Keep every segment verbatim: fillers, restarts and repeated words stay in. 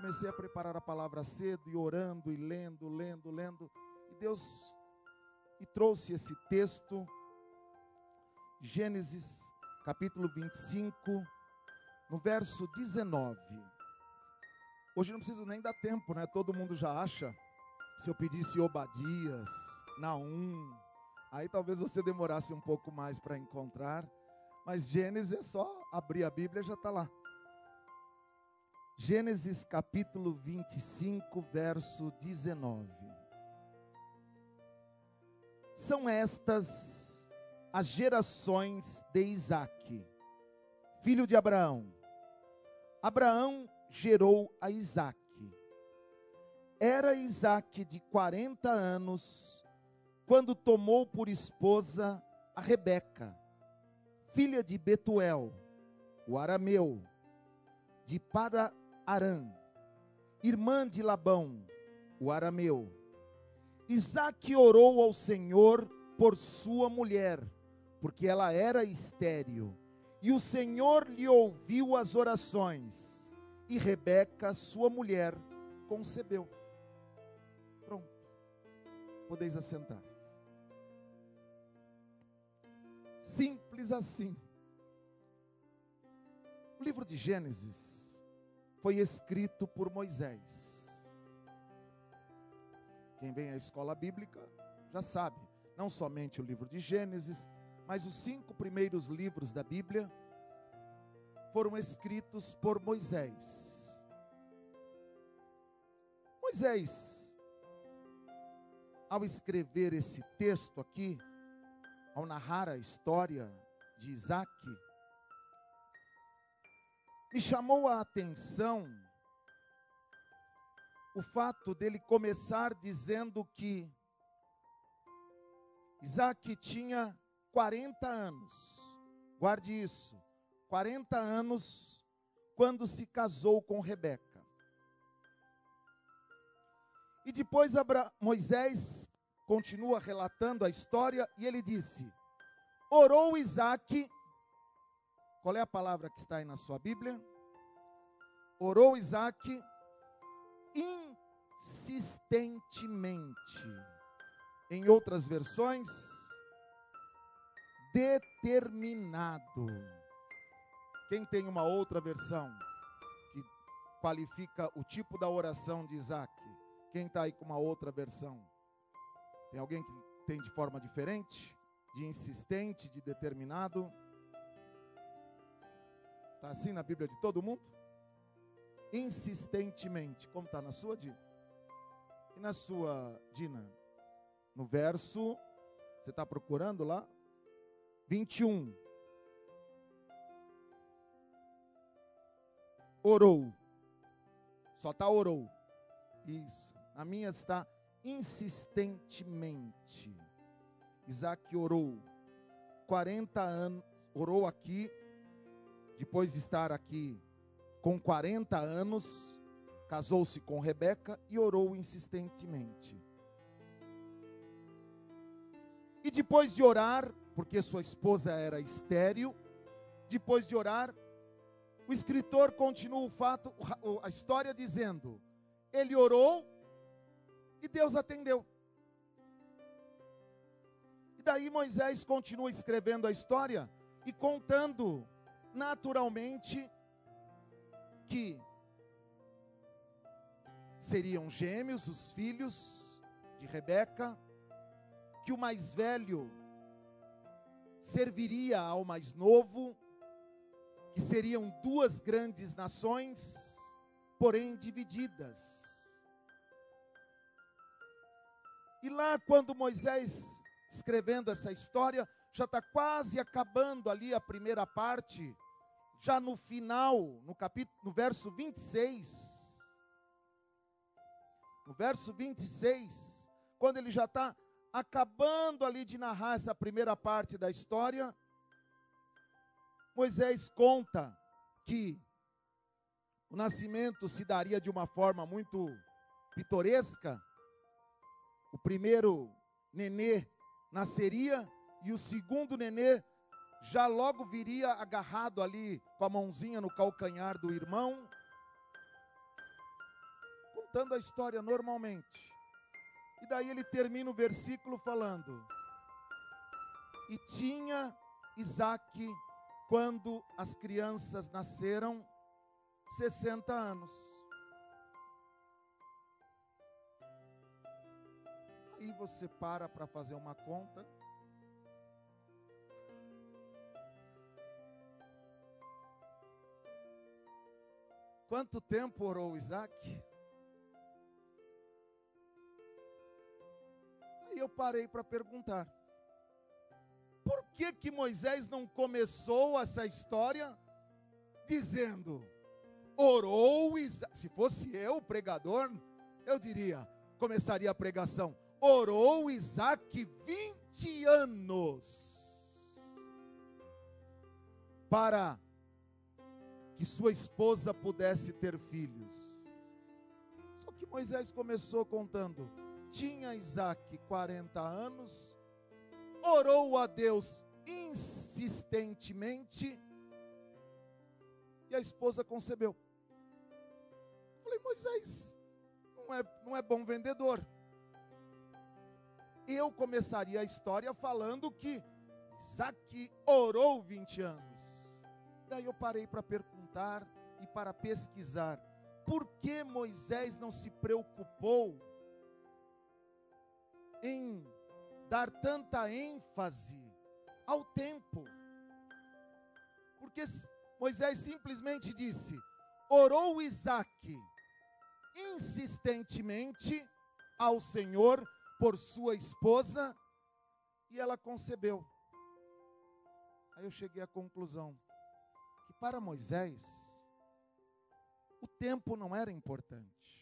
comecei a preparar a palavra cedo, e orando, e lendo, lendo, lendo, e Deus me trouxe esse texto, Gênesis, capítulo vinte e cinco, no verso dezenove. Hoje não preciso nem dar tempo, né? Todo mundo já acha. Se eu pedisse Obadias, Naum, aí talvez você demorasse um pouco mais para encontrar, mas Gênesis é só abrir a Bíblia e já está lá. Gênesis capítulo vinte e cinco, verso dezenove. São estas as gerações de Isaque, filho de Abraão. Abraão gerou a Isaque. Era Isaque de quarenta anos, quando tomou por esposa a Rebeca, filha de Betuel, o arameu, de Padan-Arã, irmã de Labão, o arameu. Isaque orou ao Senhor por sua mulher, porque ela era estéril, e o Senhor lhe ouviu as orações, e Rebeca, sua mulher, concebeu. Pronto, podeis assentar. Simples assim. O livro de Gênesis foi escrito por Moisés. Quem vem à escola bíblica já sabe, não somente o livro de Gênesis, mas os cinco primeiros livros da Bíblia foram escritos por Moisés. Moisés, ao escrever esse texto aqui, ao narrar a história de Isaque, me chamou a atenção o fato dele começar dizendo que Isaque tinha quarenta anos, guarde isso, quarenta anos, quando se casou com Rebeca. E depois Abra... Moisés continua relatando a história, e ele disse, orou Isaque, qual é a palavra que está aí na sua Bíblia? Orou Isaque insistentemente. Em outras versões, determinado. Quem tem uma outra versão que qualifica o tipo da oração de Isaque? Quem está aí com uma outra versão? Tem alguém que tem de forma diferente? De insistente, de determinado? Está assim na Bíblia de todo mundo? Insistentemente. Como está na sua, Dina? E na sua, Dina? No verso, você está procurando lá? vinte e um. Orou. Só está orou. Isso. Na minha está insistentemente. Isaque orou. quarenta anos. Orou aqui. Depois de estar aqui com quarenta anos, casou-se com Rebeca e orou insistentemente. E depois de orar, porque sua esposa era estéril, depois de orar, o escritor continua o fato, a história dizendo, ele orou e Deus atendeu. E daí Moisés continua escrevendo a história e contando naturalmente que seriam gêmeos os filhos de Rebeca, que o mais velho serviria ao mais novo, que seriam duas grandes nações, porém divididas. E lá quando Moisés, escrevendo essa história, já está quase acabando ali a primeira parte, já no final, no capítulo, no verso vinte e seis, no verso vinte e seis, quando ele já está acabando ali de narrar essa primeira parte da história, Moisés conta que o nascimento se daria de uma forma muito pitoresca. O primeiro nenê nasceria e o segundo nenê já logo viria agarrado ali com a mãozinha no calcanhar do irmão. contando a história normalmente. E daí ele termina o versículo falando: e tinha Isaque, quando as crianças nasceram, sessenta anos. Aí você para para fazer uma conta. Quanto tempo orou Isaque? Aí eu parei para perguntar: por que que Moisés não começou essa história dizendo, orou Isaque? Se fosse eu, o pregador, eu diria, começaria a pregação, orou Isaque vinte anos para que sua esposa pudesse ter filhos. Só que Moisés começou contando, tinha Isaque quarenta anos, orou a Deus insistentemente, e a esposa concebeu. Falei, Moisés, não é, não é bom vendedor. Eu começaria a história falando que Isaque orou vinte anos. Daí eu parei para perguntar e para pesquisar, por que Moisés não se preocupou em dar tanta ênfase ao tempo? Porque Moisés simplesmente disse, orou Isaque insistentemente ao Senhor por sua esposa, e ela concebeu. Aí eu cheguei à conclusão que para Moisés o tempo não era importante.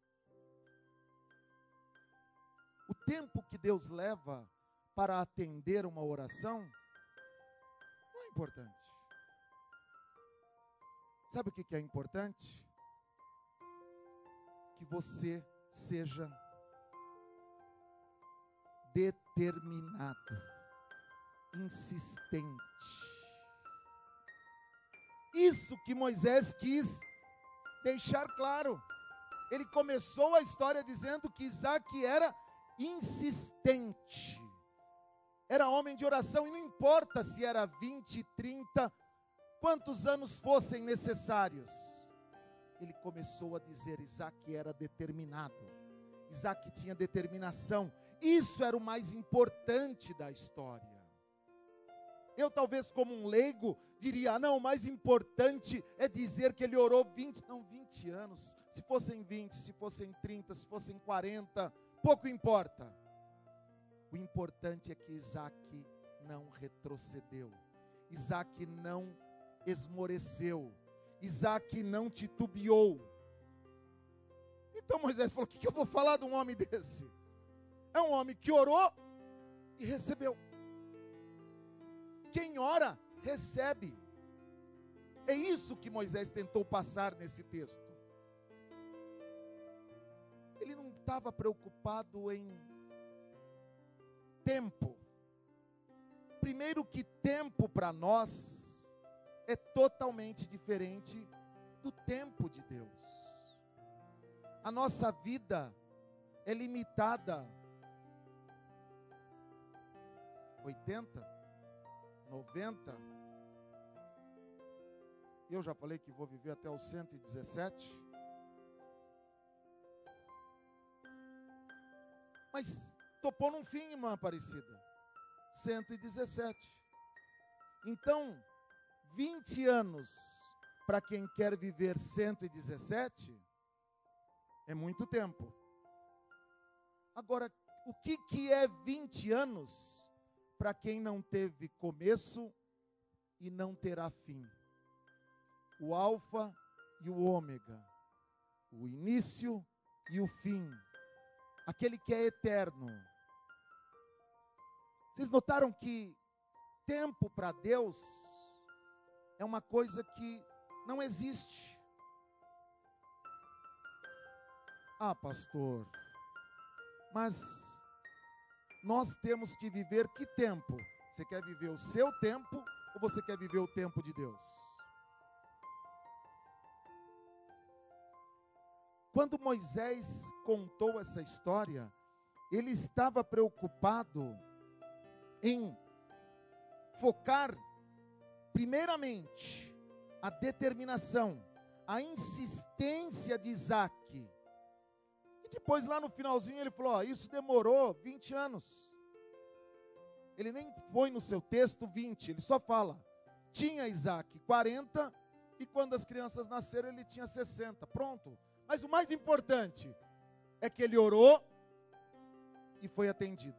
O tempo que Deus leva para atender uma oração não é importante. Sabe o que que é importante? Que você seja determinado, insistente. Isso que Moisés quis deixar claro. Ele começou a história dizendo que Isaque era insistente, era homem de oração, e não importa se era vinte, trinta, quantos anos fossem necessários. Ele começou a dizer, Isaque era determinado, Isaque tinha determinação. Isso era o mais importante da história. Eu talvez como um leigo diria, ah, não, o mais importante é dizer que ele orou vinte, não, vinte anos, se fossem vinte, se fossem trinta, se fossem quarenta, pouco importa. O importante é que Isaque não retrocedeu, Isaque não esmoreceu, Isaque não titubeou. Então Moisés falou, o que, que eu vou falar de um homem desse? É um homem que orou e recebeu. Quem ora, recebe. É isso que Moisés tentou passar nesse texto. Ele não estava preocupado em tempo. Primeiro que tempo para nós é totalmente diferente do tempo de Deus. A nossa vida é limitada. oitenta, noventa. Eu já falei que vou viver até os cento e dezessete. Mas topou num fim, irmã Aparecida. cento e dezessete. Então, vinte anos para quem quer viver cento e dezessete é muito tempo. Agora, o que que é vinte anos para quem não teve começo e não terá fim? O alfa e o ômega, o início e o fim, aquele que é eterno. Vocês notaram que tempo para Deus é uma coisa que não existe. Ah, pastor, mas nós temos que viver que tempo? Você quer viver o seu tempo ou você quer viver o tempo de Deus? quando Moisés contou essa história, ele estava preocupado em focar, primeiramente, a determinação, a insistência de Isaac. E depois, lá no finalzinho, ele falou: ó, isso demorou vinte anos. Ele nem põe no seu texto vinte, ele só fala: tinha Isaac quarenta, e quando as crianças nasceram, ele tinha sessenta. Pronto. Mas o mais importante é que ele orou e foi atendido.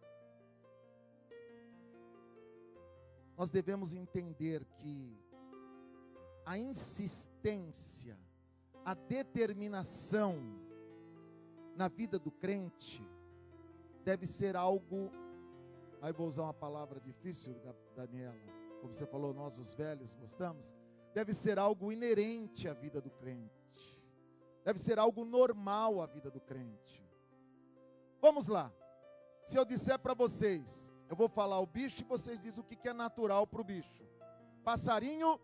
Nós devemos entender que a insistência, a determinação na vida do crente deve ser algo, aí vou usar uma palavra difícil, Daniela, como você falou, nós os velhos gostamos, deve ser algo inerente à vida do crente, deve ser algo normal à vida do crente. Vamos lá, se eu disser para vocês, eu vou falar o bicho e vocês dizem o que é natural para o bicho: passarinho,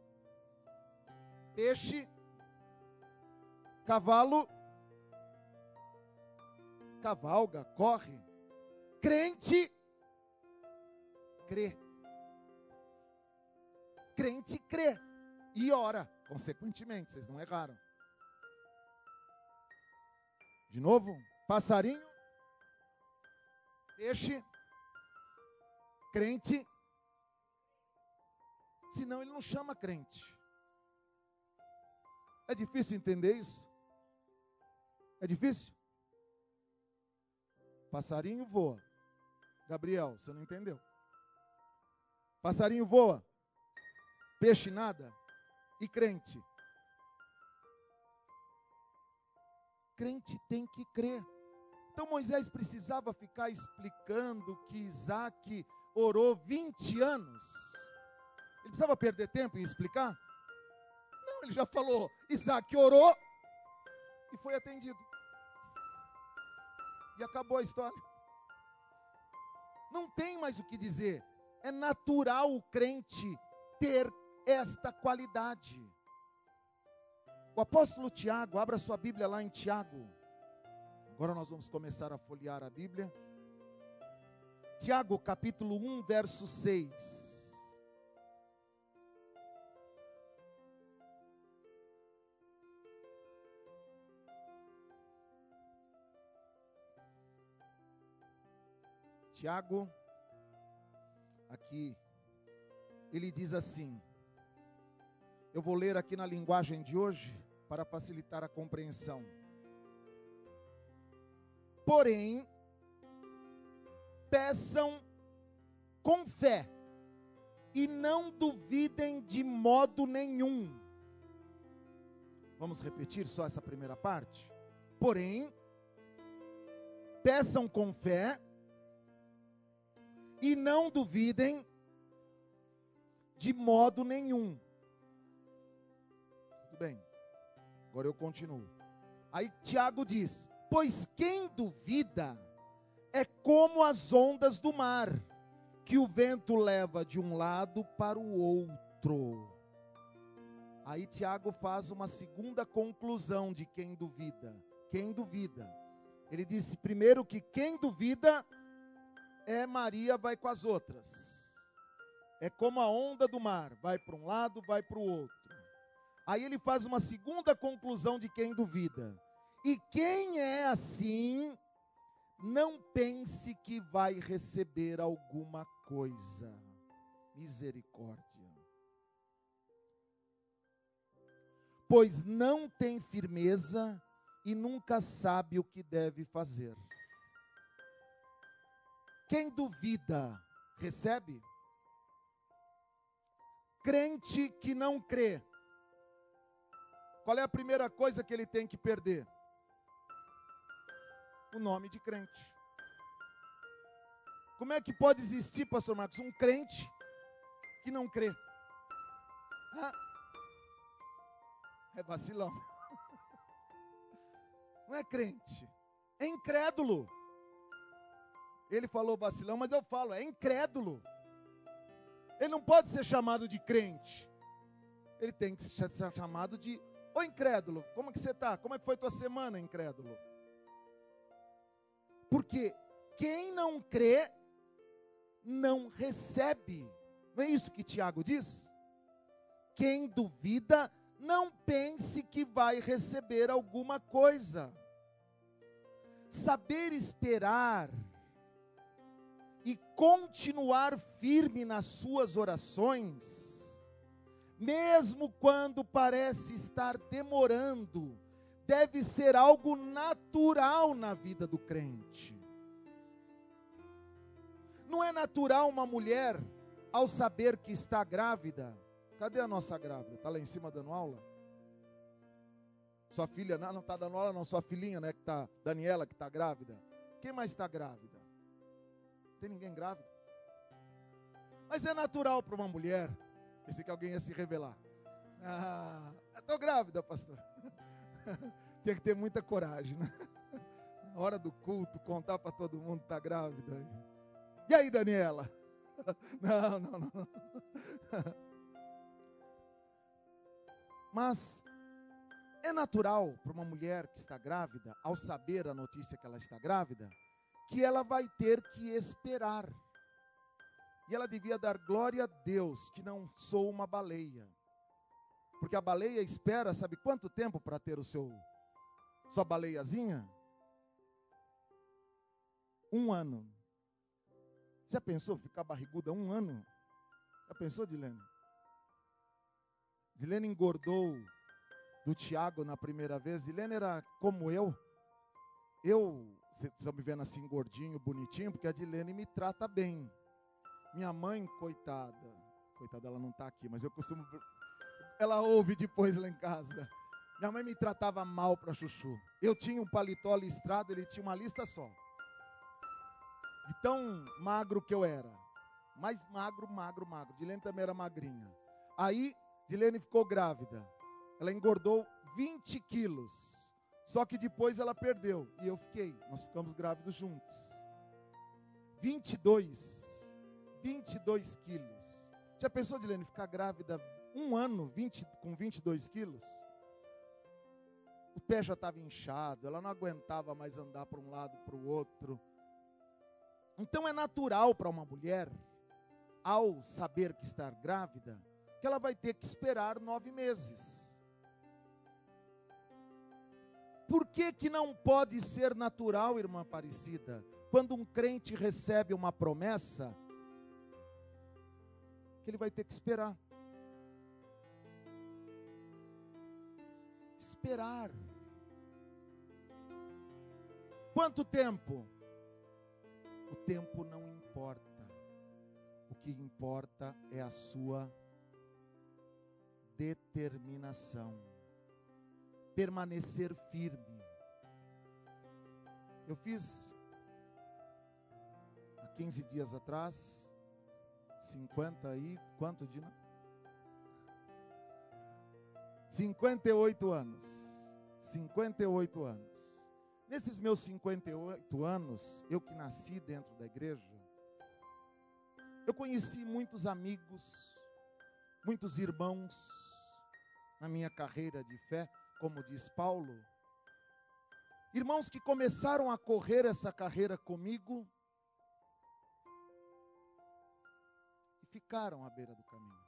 peixe, cavalo, cavalga, corre. Crente, crê. Crente crê e ora, consequentemente, vocês não erraram. De novo, passarinho, peixe, crente, senão ele não chama crente. É difícil entender isso? É difícil? Passarinho voa. Gabriel, você não entendeu. Passarinho voa, peixe nada, e crente? Crente tem que crer. Então Moisés precisava ficar explicando que Isaac orou vinte anos. Ele precisava perder tempo em explicar? Não, ele já falou, Isaac orou e foi atendido. E acabou a história. Não tem mais o que dizer. É natural o crente ter esta qualidade. O apóstolo Tiago, abra sua Bíblia lá em Tiago. Agora nós vamos começar a folhear a Bíblia. Tiago, capítulo um, verso seis. Tiago, aqui, ele diz assim, eu vou ler aqui na linguagem de hoje, para facilitar a compreensão. Porém, peçam com fé, e não duvidem de modo nenhum. Vamos repetir só essa primeira parte? Porém, peçam com fé, e não duvidem de modo nenhum. Tudo bem. Agora eu continuo. Aí Tiago diz, pois quem duvida é como as ondas do mar, que o vento leva de um lado para o outro. Aí Tiago faz uma segunda conclusão de quem duvida. Quem duvida? Ele disse primeiro que quem duvida é Maria vai com as outras. É como a onda do mar, vai para um lado, vai para o outro. Aí ele faz uma segunda conclusão de quem duvida. E quem é assim, não pense que vai receber alguma coisa. Misericórdia. Pois não tem firmeza e nunca sabe o que deve fazer. Quem duvida, recebe? Crente que não crê, qual é a primeira coisa que ele tem que perder? O nome de crente. Como é que pode existir, pastor Marcos, um crente que não crê? Ah, é vacilão. Não é crente, é incrédulo. Ele falou vacilão, mas eu falo, é incrédulo. Ele não pode ser chamado de crente. Ele tem que ser chamado de Ô incrédulo, como é que você está? Como é que foi tua semana, incrédulo? Porque quem não crê, não recebe. Não é isso que Tiago diz? Quem duvida, não pense que vai receber alguma coisa. Saber esperar e continuar firme nas suas orações, mesmo quando parece estar demorando, deve ser algo natural na vida do crente. Não é natural uma mulher, ao saber que está grávida, cadê a nossa grávida? Está lá em cima dando aula? Sua filha, não, não está dando aula não, sua filhinha, né, que está, Daniela, que está grávida. Quem mais está grávida? Tem ninguém grávido? Mas é natural para uma mulher, pensei que alguém ia se revelar. Ah, estou grávida, pastor. Tem que ter muita coragem, né? Na hora do culto, contar para todo mundo que está grávida. E aí, Daniela? Não, não, não. Mas é natural para uma mulher que está grávida, ao saber a notícia que ela está grávida, que ela vai ter que esperar. E ela devia dar glória a Deus que não sou uma baleia. Porque a baleia espera, sabe quanto tempo para ter o seu, sua baleiazinha? Um ano. Já pensou ficar barriguda um ano? Já pensou, Dilene? Dilene engordou do Tiago na primeira vez. Dilene era como eu. Eu, vocês estão me vendo assim gordinho, bonitinho, porque a Dilene me trata bem. Minha mãe, coitada. Coitada, ela não está aqui, mas eu costumo... Ela ouve depois lá em casa. Minha mãe me tratava mal para chuchu. Eu tinha um paletó listrado, ele tinha uma lista só. E tão magro que eu era. Mais magro, magro, magro. Dilene também era magrinha. Aí, Dilene ficou grávida. Ela engordou vinte quilos. Só que depois ela perdeu. E eu fiquei. Nós ficamos grávidos juntos. vinte e dois. vinte e dois quilos. Já pensou, Dilene, ficar grávida um ano vinte, com vinte e dois quilos? O pé já estava inchado. Ela não aguentava mais andar para um lado para o outro. Então é natural para uma mulher, ao saber que está grávida, que ela vai ter que esperar nove meses. Por que que não pode ser natural, irmã Aparecida, quando um crente recebe uma promessa, que ele vai ter que esperar? Esperar. Quanto tempo? O tempo não importa. O que importa é a sua determinação. Permanecer firme. Eu fiz há quinze dias atrás, cinquenta e quanto de cinquenta e oito anos. cinquenta e oito anos. Nesses meus cinquenta e oito anos, eu que nasci dentro da igreja, eu conheci muitos amigos, muitos irmãos na minha carreira de fé, como diz Paulo. Irmãos que começaram a correr essa carreira comigo e ficaram à beira do caminho.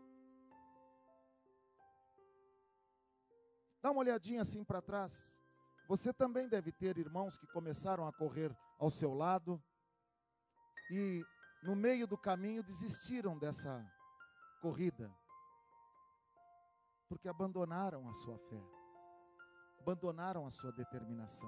Dá uma olhadinha assim para trás. Você também deve ter irmãos que começaram a correr ao seu lado e no meio do caminho desistiram dessa corrida, porque abandonaram a sua fé, abandonaram a sua determinação.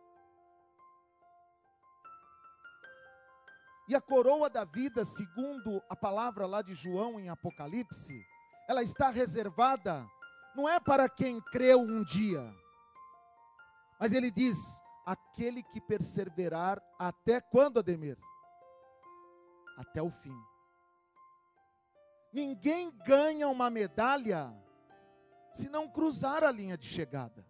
E a coroa da vida, segundo a palavra lá de João em Apocalipse, ela está reservada, não é para quem creu um dia, mas ele diz, aquele que perseverar até quando, Ademir? Até o fim. Ninguém ganha uma medalha se não cruzar a linha de chegada.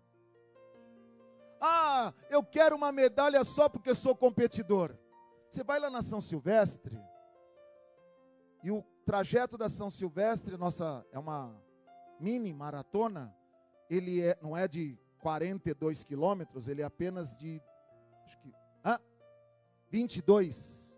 Ah, eu quero uma medalha só porque sou competidor. Você vai lá na São Silvestre, e o trajeto da São Silvestre, nossa, é uma mini maratona, ele é, não é de quarenta e dois quilômetros, ele é apenas de acho que, ah, vinte e dois.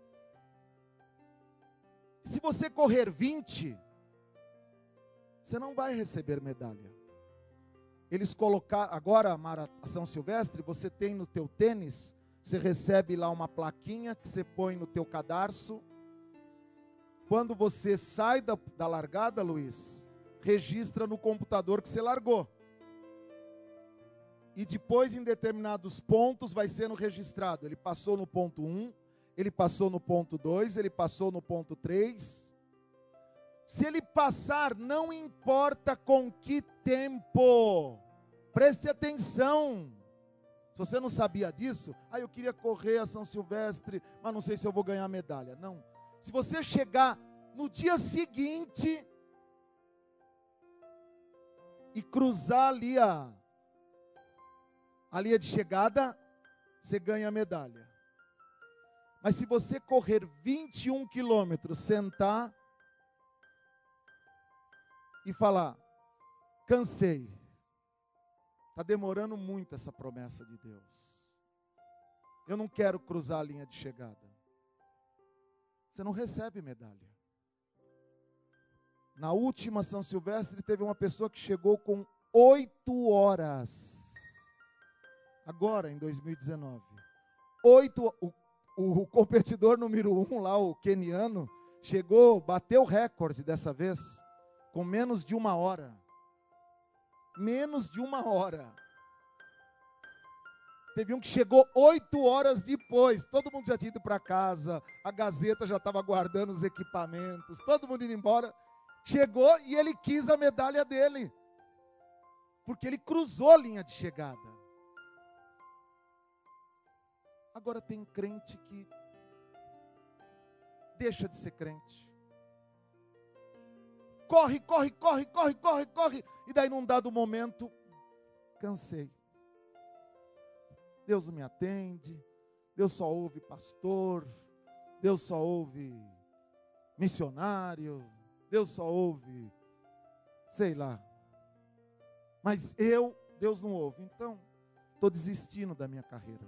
Se você correr vinte, você não vai receber medalha. Eles colocaram, agora a São Silvestre, você tem no teu tênis, você recebe lá uma plaquinha que você põe no teu cadarço. Quando você sai da, da largada, Luiz, registra no computador que você largou. E depois, em determinados pontos, vai sendo registrado. Ele passou no ponto um, ele passou no ponto dois, ele passou no ponto três. Se ele passar, não importa com que tempo. Preste atenção. Se você não sabia disso, ah, eu queria correr a São Silvestre, mas não sei se eu vou ganhar medalha. Não. Se você chegar no dia seguinte e cruzar ali a, a linha de chegada, você ganha a medalha. Mas se você correr vinte e um quilômetros, sentar e falar, cansei, está demorando muito essa promessa de Deus, eu não quero cruzar a linha de chegada, você não recebe medalha. Na última São Silvestre teve uma pessoa que chegou com oito horas, agora em dois mil e dezenove, oito, o, o, o competidor número um lá, o queniano, chegou, bateu o recorde dessa vez, com menos de uma hora. Menos de uma hora. Teve um que chegou oito horas depois. Todo mundo já tinha ido para casa. A Gazeta já estava guardando os equipamentos. Todo mundo indo embora. Chegou e ele quis a medalha dele. Porque ele cruzou a linha de chegada. Agora tem crente que deixa de ser crente. Corre, corre, corre, corre, corre, corre. E daí num dado momento, cansei. Deus não me atende. Deus só ouve pastor. Deus só ouve missionário. Deus só ouve, sei lá. Mas eu, Deus não ouve. Então, estou desistindo da minha carreira.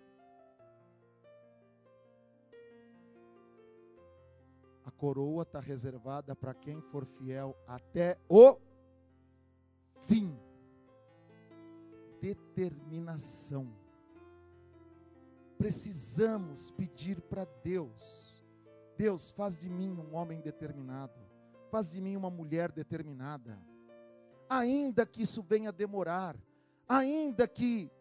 A coroa está reservada para quem for fiel até o fim. Determinação. Precisamos pedir para Deus. Deus, faz de mim um homem determinado. Faz de mim uma mulher determinada. Ainda que isso venha demorar. Ainda que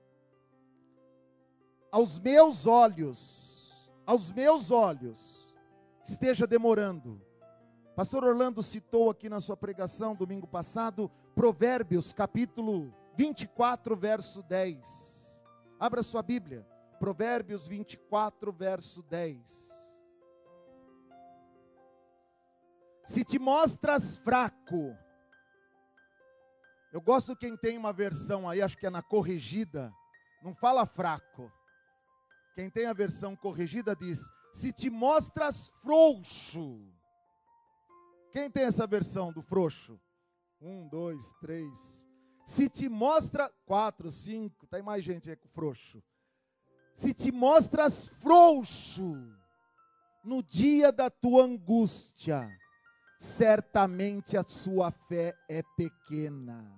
aos meus olhos, aos meus olhos, esteja demorando. Pastor Orlando citou aqui na sua pregação domingo passado, Provérbios capítulo vinte e quatro, verso dez. Abra sua Bíblia, Provérbios vinte e quatro, verso dez. Se te mostras fraco, eu gosto quem tem uma versão aí, acho que é na corrigida, não fala fraco. Quem tem a versão corrigida diz, se te mostras frouxo. Quem tem essa versão do frouxo? Um, dois, três. Se te mostra, quatro, cinco, tem mais gente aí com frouxo. Se te mostras frouxo no dia da tua angústia, certamente a sua fé é pequena.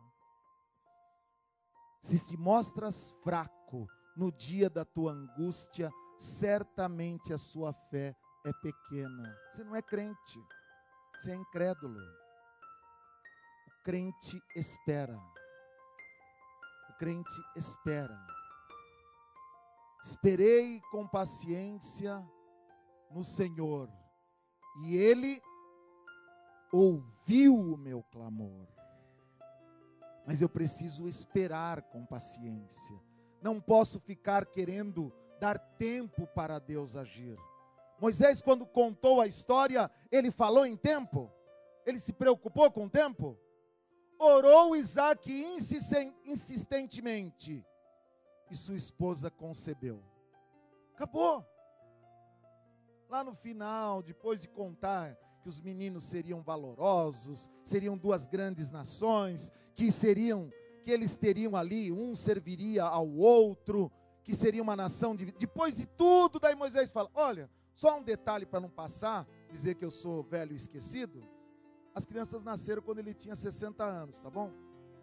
Se te mostras fraco no dia da tua angústia, certamente a sua fé é pequena. Você não é crente, você é incrédulo. O crente espera. O crente espera. Esperei com paciência no Senhor, e Ele ouviu o meu clamor. Mas eu preciso esperar com paciência. Não posso ficar querendo dar tempo para Deus agir. Moisés, quando contou a história, ele falou em tempo? Ele se preocupou com o tempo? Orou Isaac insistentemente, e sua esposa concebeu. Acabou. Lá no final, depois de contar que os meninos seriam valorosos, seriam duas grandes nações, que seriam que eles teriam ali, um serviria ao outro, que seria uma nação de... Depois de tudo, daí Moisés fala, olha, só um detalhe para não passar, dizer que eu sou velho e esquecido. As crianças nasceram quando ele tinha sessenta anos, tá bom?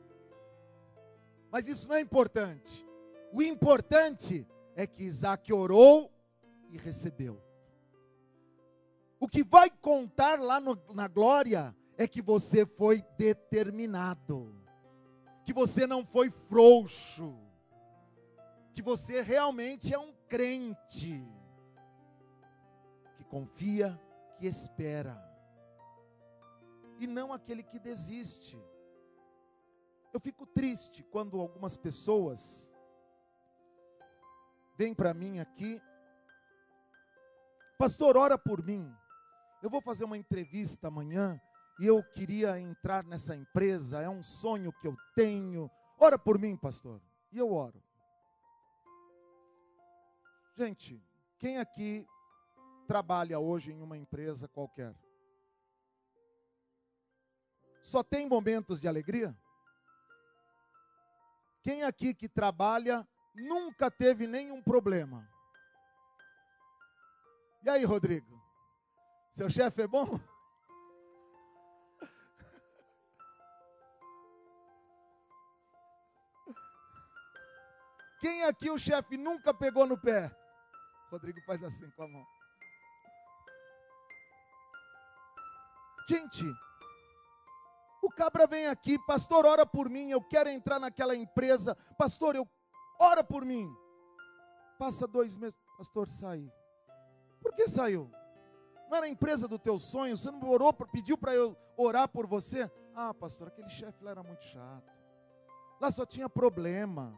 Mas isso não é importante. O importante é que Isaac orou e recebeu. O que vai contar lá no, na glória é que você foi determinado, que você não foi frouxo, que você realmente é um crente, que confia, que espera, e não aquele que desiste. Eu fico triste quando algumas pessoas vêm para mim aqui, pastor, ora por mim, eu vou fazer uma entrevista amanhã, e eu queria entrar nessa empresa, é um sonho que eu tenho, ora por mim, pastor, e eu oro. Gente, quem aqui trabalha hoje em uma empresa qualquer? Só tem momentos de alegria? Quem aqui que trabalha nunca teve nenhum problema? E aí, Rodrigo? Seu chefe é bom? Quem aqui o chefe nunca pegou no pé? Rodrigo faz assim com a mão. Gente, o cabra vem aqui, pastor, ora por mim, eu quero entrar naquela empresa, pastor, eu ora por mim. Passa dois meses, pastor, saí. Por que saiu? Não era a empresa do teu sonho? Você não orou, pediu para eu orar por você? Ah, pastor, aquele chefe lá era muito chato. Lá só tinha problema.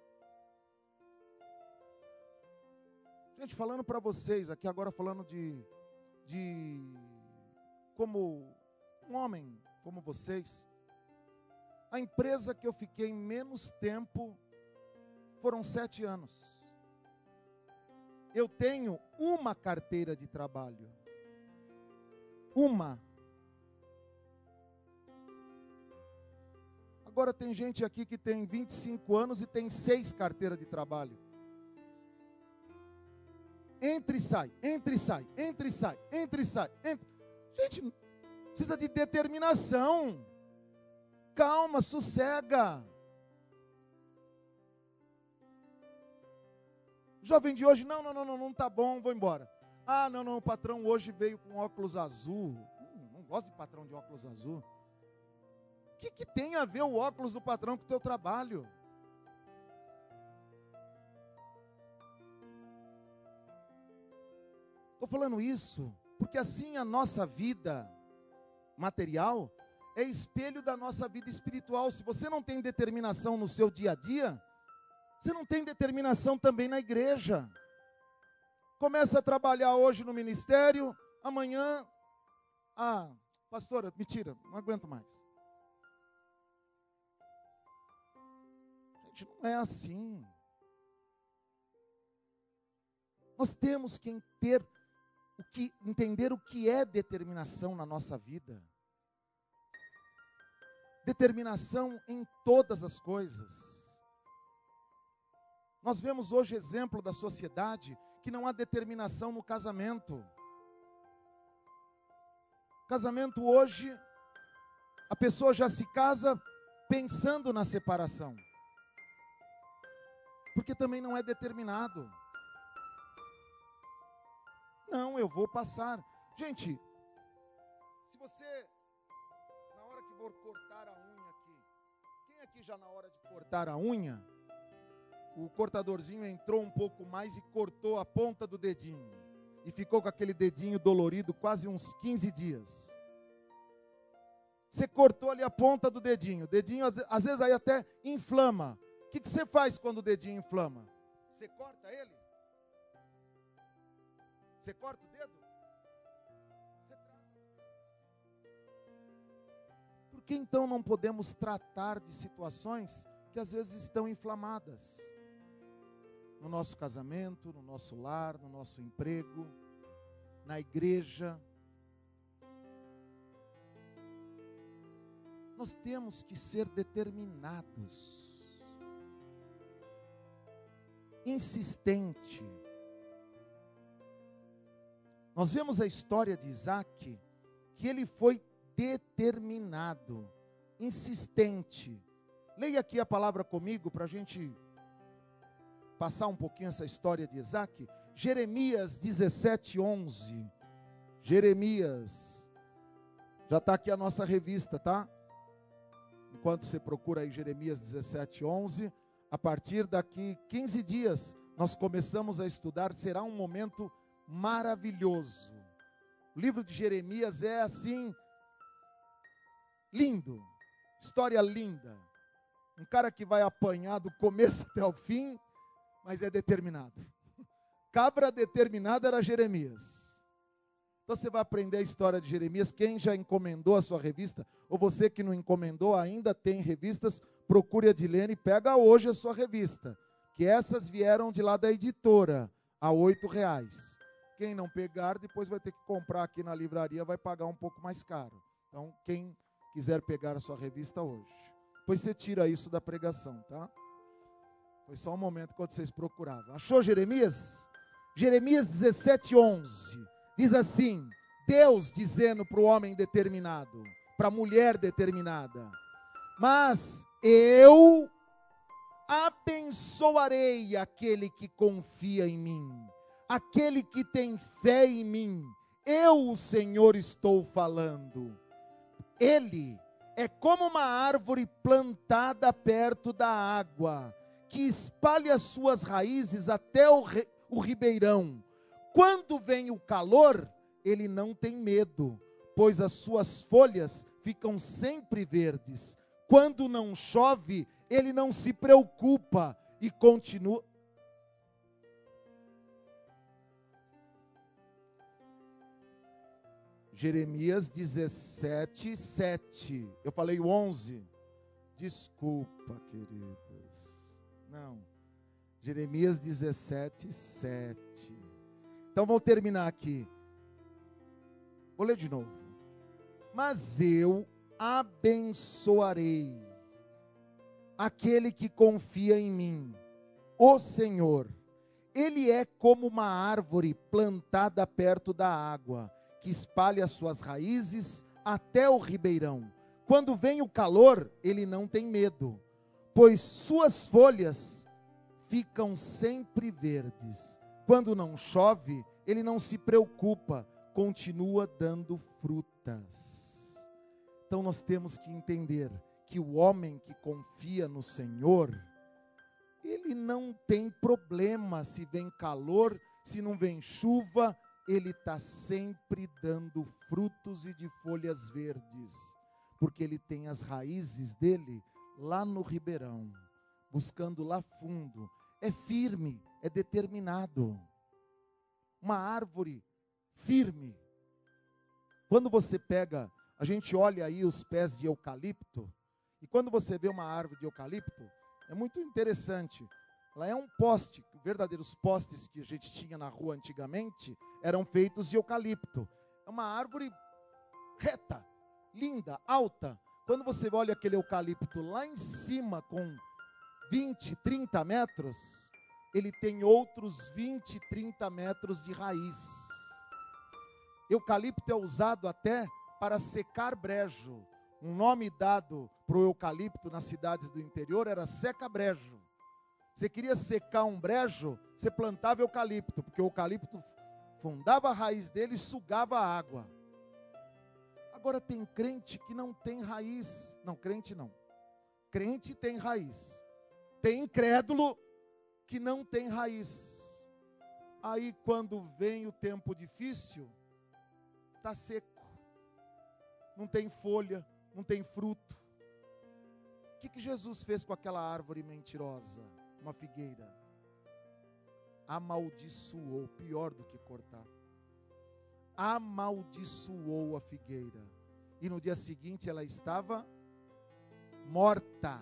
Gente, falando para vocês aqui agora, falando de, de como um homem como vocês, a empresa que eu fiquei menos tempo foram sete anos. Eu tenho uma carteira de trabalho. Uma. Agora tem gente aqui que tem vinte e cinco anos e tem seis carteiras de trabalho. Entra e sai, entra e sai, entra e sai, entra e sai. Entra. Gente, precisa de determinação. Calma, sossega. O jovem de hoje, não, não, não, não, não tá bom, vou embora. Ah, não, não, o patrão hoje veio com óculos azul. Hum, não gosto de patrão de óculos azul. O que, que tem a ver o óculos do patrão com o teu trabalho? Estou falando isso porque assim a nossa vida material é espelho da nossa vida espiritual. Se você não tem determinação no seu dia a dia, você não tem determinação também na igreja. Começa a trabalhar hoje no ministério, amanhã, ah, pastora, me tira, não aguento mais. Gente, não é assim. Nós temos que ter o que, entender o que é determinação na nossa vida. Determinação em todas as coisas. Nós vemos hoje exemplo da sociedade que não há determinação no casamento. Casamento hoje, a pessoa já se casa pensando na separação. Porque também não é determinado. Não, eu vou passar. Gente, se você, na hora que for cortar a unha aqui, quem aqui já na hora de cortar a unha, o cortadorzinho entrou um pouco mais e cortou a ponta do dedinho. E ficou com aquele dedinho dolorido quase uns quinze dias. Você cortou ali a ponta do dedinho. O dedinho, às vezes, aí até inflama. O que, que você faz quando o dedinho inflama? Você corta ele? Você corta o dedo? Você trata. Por que então não podemos tratar de situações que às vezes estão inflamadas? No nosso casamento, no nosso lar, no nosso emprego, na igreja. Nós temos que ser determinados, insistente. Nós vemos a história de Isaac, que ele foi determinado, insistente. Leia aqui a palavra comigo para a gente passar um pouquinho essa história de Isaac. Jeremias dezessete, onze. Jeremias, já está aqui a nossa revista, tá? Enquanto você procura aí Jeremias dezessete, onze, a partir daqui quinze dias, nós começamos a estudar, será um momento maravilhoso. O livro de Jeremias é assim, lindo, história linda. Um cara que vai apanhar do começo até o fim, mas é determinado. Cabra determinado era Jeremias. Então você vai aprender a história de Jeremias. Quem já encomendou a sua revista, ou você que não encomendou, ainda tem revistas, procure a Dilene e pega hoje a sua revista, que essas vieram de lá da editora, a oito reais. Quem não pegar, depois vai ter que comprar aqui na livraria, vai pagar um pouco mais caro. Então, quem quiser pegar a sua revista hoje, depois você tira isso da pregação, tá? Foi só um momento quando vocês procuravam. Achou Jeremias? Jeremias dezessete, onze. Diz assim, Deus dizendo para o homem determinado, para a mulher determinada: mas eu abençoarei aquele que confia em mim, aquele que tem fé em mim. Eu, o Senhor, estou falando. Ele é como uma árvore plantada perto da água, que espalha suas raízes até o, re, o ribeirão. Quando vem o calor, ele não tem medo, pois as suas folhas ficam sempre verdes. Quando não chove, ele não se preocupa e continua. Jeremias dezessete, sete. Eu falei o onze. Desculpa, queridos. Não. Jeremias dezessete, sete. Então vou terminar aqui. Vou ler de novo. Mas eu abençoarei aquele que confia em mim, o Senhor. Ele é como uma árvore plantada perto da água, que espalha suas raízes até o ribeirão. Quando vem o calor, ele não tem medo, pois suas folhas ficam sempre verdes. Quando não chove, ele não se preocupa, continua dando frutas. Então nós temos que entender que o homem que confia no Senhor, ele não tem problema se vem calor, se não vem chuva, ele está sempre dando frutos e de folhas verdes, porque ele tem as raízes dele lá no ribeirão, buscando lá fundo. É firme, é determinado. Uma árvore firme. Quando você pega, a gente olha aí os pés de eucalipto, e quando você vê uma árvore de eucalipto, é muito interessante. Ela é um poste, verdadeiros postes que a gente tinha na rua antigamente, eram feitos de eucalipto. É uma árvore reta, linda, alta. Quando você olha aquele eucalipto lá em cima com vinte, trinta metros, ele tem outros vinte, trinta metros de raiz. Eucalipto é usado até para secar brejo. Um nome dado para o eucalipto nas cidades do interior era seca-brejo. Você queria secar um brejo, você plantava eucalipto, porque o eucalipto fundava a raiz dele e sugava a água. Agora tem crente que não tem raiz. Não, crente não. Crente tem raiz. Tem incrédulo que não tem raiz. Aí quando vem o tempo difícil, está seco. Não tem folha, não tem fruto. O que, que Jesus fez com aquela árvore mentirosa? Uma figueira. Amaldiçoou, pior do que cortar. Amaldiçoou a figueira. E no dia seguinte ela estava morta.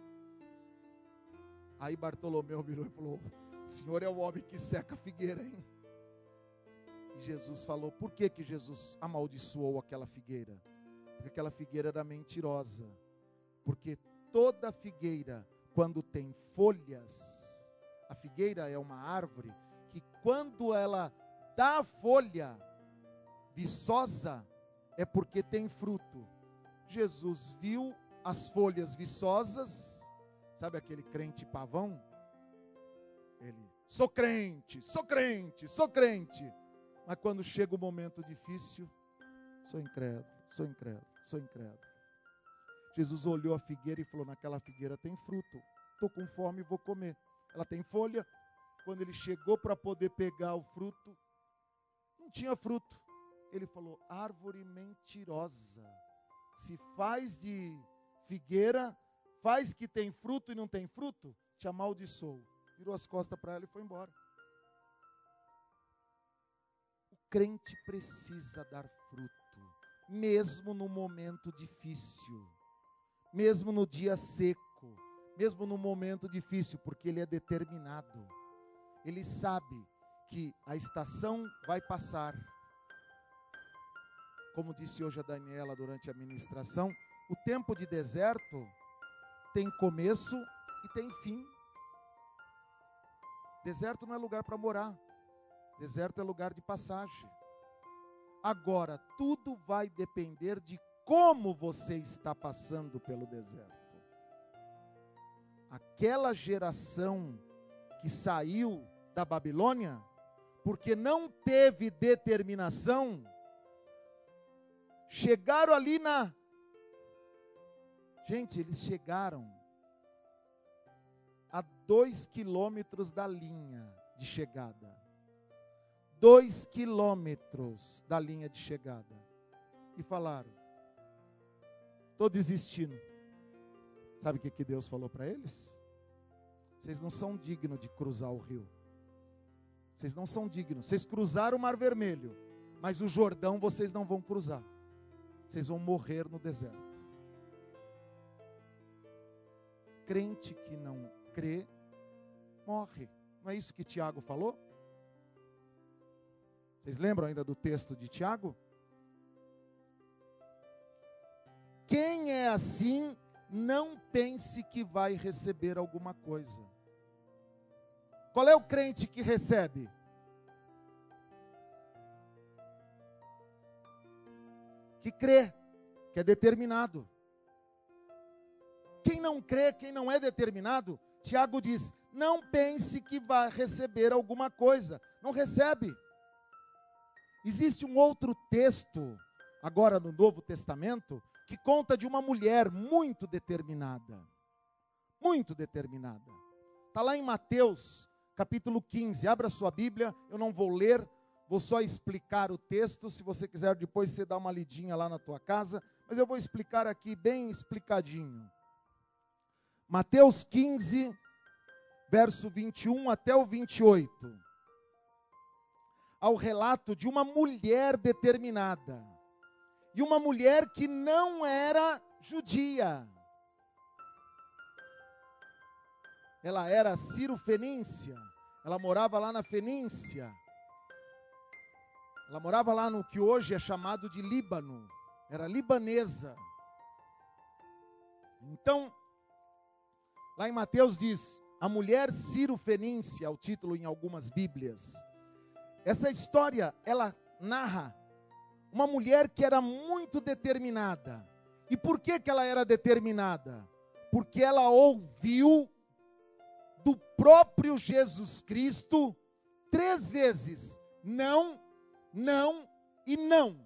Aí Bartolomeu virou e falou: o senhor é o homem que seca a figueira, hein? E Jesus falou: por que que Jesus amaldiçoou aquela figueira? Porque aquela figueira era mentirosa. Porque toda figueira, quando tem folhas, a figueira é uma árvore que quando ela dá folha viçosa, é porque tem fruto. Jesus viu as folhas viçosas, sabe aquele crente pavão? Ele, sou crente, sou crente, sou crente. Mas quando chega o momento difícil, sou incrédulo, sou incrédulo, sou incrédulo. Jesus olhou a figueira e falou, naquela figueira tem fruto. Estou com fome e vou comer. Ela tem folha. Quando ele chegou para poder pegar o fruto, não tinha fruto. Ele falou, árvore mentirosa. Se faz de figueira, faz que tem fruto e não tem fruto, te amaldiçoou. Virou as costas para ela e foi embora. O crente precisa dar fruto, mesmo no momento difícil, mesmo no dia seco, mesmo no momento difícil, porque ele é determinado. Ele sabe que a estação vai passar. Como disse hoje a Daniela durante a ministração, o tempo de deserto tem começo e tem fim. Deserto não é lugar para morar. Deserto é lugar de passagem. Agora, tudo vai depender de como você está passando pelo deserto. Aquela geração que saiu da Babilônia, porque não teve determinação, chegaram ali na... Gente, eles chegaram a dois quilômetros da linha de chegada. Dois quilômetros da linha de chegada. E falaram, estou desistindo. Sabe o que, que Deus falou para eles? Vocês não são dignos de cruzar o rio. Vocês não são dignos. Vocês cruzaram o Mar Vermelho, mas o Jordão vocês não vão cruzar. Vocês vão morrer no deserto. Crente que não crê, morre. Não é isso que Tiago falou? Vocês lembram ainda do texto de Tiago? Quem é assim, não pense que vai receber alguma coisa. Qual é o crente que recebe? Que crê, que é determinado. Quem não crê, quem não é determinado, Tiago diz, não pense que vai receber alguma coisa. Não recebe. Existe um outro texto, agora no Novo Testamento, que conta de uma mulher muito determinada. Muito determinada. Está lá em Mateus, capítulo quinze. Abra sua Bíblia, eu não vou ler, vou só explicar o texto. Se você quiser depois você dá uma lidinha lá na tua casa, mas eu vou explicar aqui bem explicadinho. Mateus quinze, verso vinte e um até o vinte e oito. Ao relato de uma mulher determinada. E uma mulher que não era judia. Ela era Ciro-fenícia. Ela morava lá na Fenícia. Ela morava lá no que hoje é chamado de Líbano. Era libanesa. Então, lá em Mateus diz, a mulher Ciro-fenícia, é o título em algumas Bíblias. Essa história, ela narra uma mulher que era muito determinada. E por que que ela era determinada? Porque ela ouviu do próprio Jesus Cristo três vezes, não, não e não.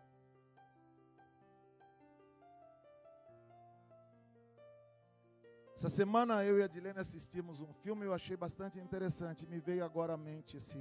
Essa semana eu e a Dilene assistimos um filme e eu achei bastante interessante. Me veio agora à mente esse...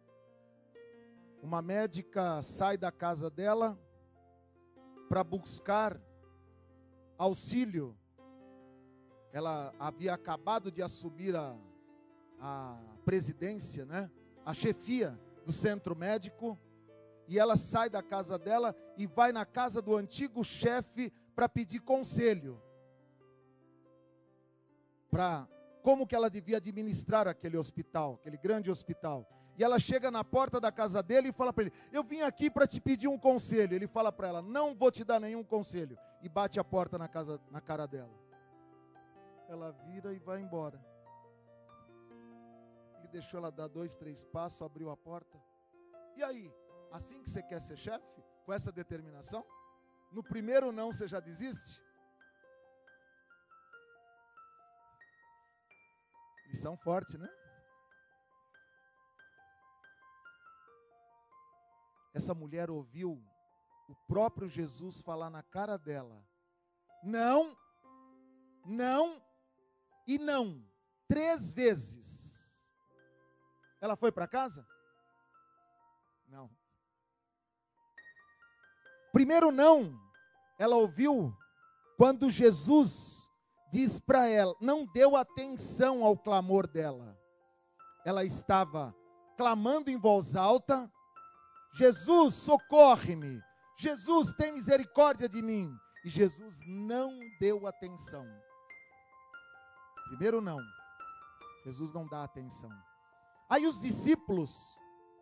Uma médica sai da casa dela para buscar auxílio. Ela havia acabado de assumir a, a presidência, né? A chefia do centro médico. E ela sai da casa dela e vai na casa do antigo chefe para pedir conselho. Para como que ela devia administrar aquele hospital, aquele grande hospital. E ela chega na porta da casa dele e fala para ele: eu vim aqui para te pedir um conselho. Ele fala para ela: não vou te dar nenhum conselho. E bate a porta na, casa, na cara dela. Ela vira e vai embora. Ele deixou ela dar dois, três passos, abriu a porta. E aí, assim que você quer ser chefe? Com essa determinação? No primeiro não você já desiste? Lição forte, né? Essa mulher ouviu o próprio Jesus falar na cara dela: não, não e não. Três vezes. Ela foi para casa? Não. Primeiro não, ela ouviu quando Jesus diz para ela, não deu atenção ao clamor dela. Ela estava clamando em voz alta: Jesus, socorre-me. Jesus, tem misericórdia de mim. E Jesus não deu atenção. Primeiro não. Jesus não dá atenção. Aí os discípulos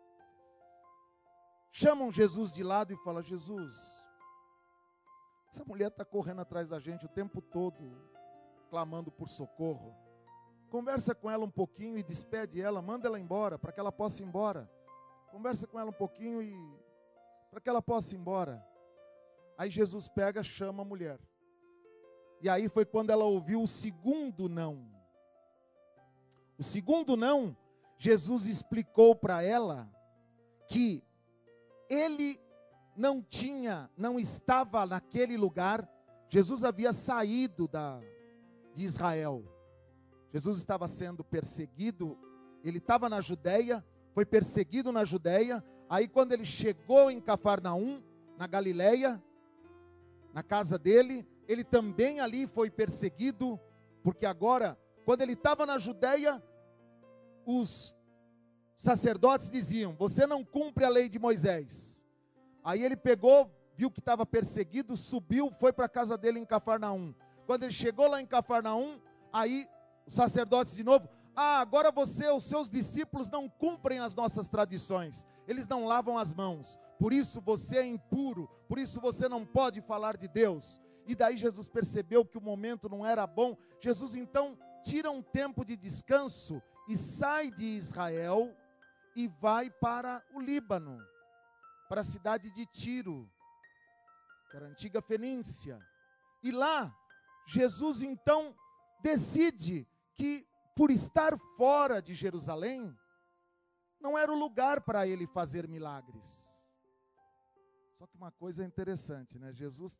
chamam Jesus de lado e falam: Jesus, essa mulher está correndo atrás da gente o tempo todo, clamando por socorro. Conversa com ela um pouquinho e despede ela, manda ela embora, para que ela possa ir embora. Conversa com ela um pouquinho e para que ela possa ir embora. Aí Jesus pega, chama a mulher. E aí foi quando ela ouviu o segundo não. O segundo não, Jesus explicou para ela que ele não tinha, não estava naquele lugar. Jesus havia saído da, de Israel. Jesus estava sendo perseguido, ele estava na Judéia, foi perseguido na Judéia. Aí quando ele chegou em Cafarnaum, na Galileia, na casa dele, ele também ali foi perseguido, porque agora, quando ele estava na Judéia, os sacerdotes diziam: você não cumpre a lei de Moisés. Aí ele pegou, viu que estava perseguido, subiu, foi para a casa dele em Cafarnaum. Quando ele chegou lá em Cafarnaum, aí os sacerdotes de novo: ah, agora você, os seus discípulos não cumprem as nossas tradições, eles não lavam as mãos, por isso você é impuro, por isso você não pode falar de Deus. E daí Jesus percebeu que o momento não era bom. Jesus então tira um tempo de descanso e sai de Israel e vai para o Líbano, para a cidade de Tiro, que era a antiga Fenícia. E lá, Jesus então decide que, por estar fora de Jerusalém, não era o lugar para ele fazer milagres. Só que uma coisa interessante, né? Jesus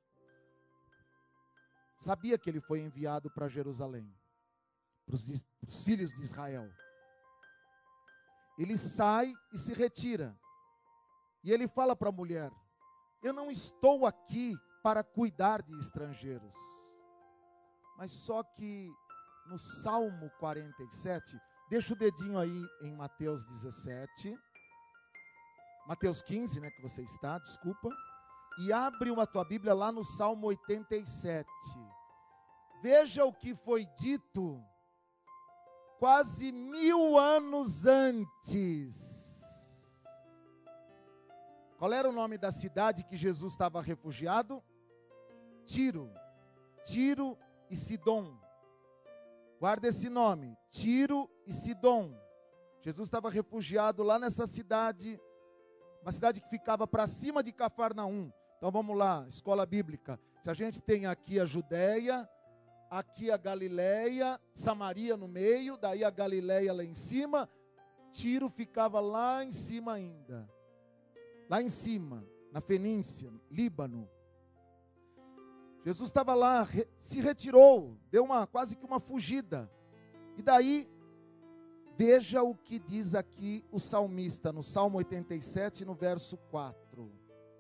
sabia que ele foi enviado para Jerusalém, para os filhos de Israel. Ele sai e se retira. E ele fala para a mulher: eu não estou aqui para cuidar de estrangeiros. Mas só que no Salmo quarenta e sete, deixa o dedinho aí em Mateus dezessete, Mateus quinze, né, que você está, desculpa, e abre uma tua Bíblia lá no Salmo oitenta e sete. Veja o que foi dito quase mil anos antes. Qual era o nome da cidade que Jesus estava refugiado? Tiro. Tiro e Sidom. Guarda esse nome, Tiro e Sidom. Jesus estava refugiado lá nessa cidade, uma cidade que ficava para cima de Cafarnaum. Então vamos lá, escola bíblica. Se a gente tem aqui a Judéia, aqui a Galileia, Samaria no meio, daí a Galileia lá em cima, Tiro ficava lá em cima ainda. Lá em cima, na Fenícia, Líbano. Jesus estava lá, se retirou, deu uma, quase que uma fugida. E daí, veja o que diz aqui o salmista, no Salmo oitenta e sete, no verso quatro.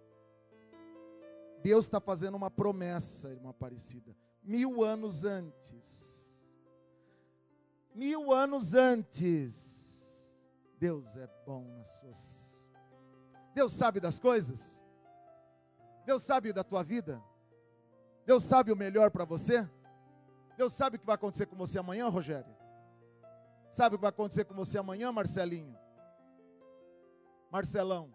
Deus está fazendo uma promessa, irmã Aparecida. Mil anos antes. Mil anos antes. Deus é bom nas suas... Deus sabe das coisas? Deus sabe da tua vida? Deus sabe o melhor para você? Deus sabe o que vai acontecer com você amanhã, Rogério? Sabe o que vai acontecer com você amanhã, Marcelinho? Marcelão.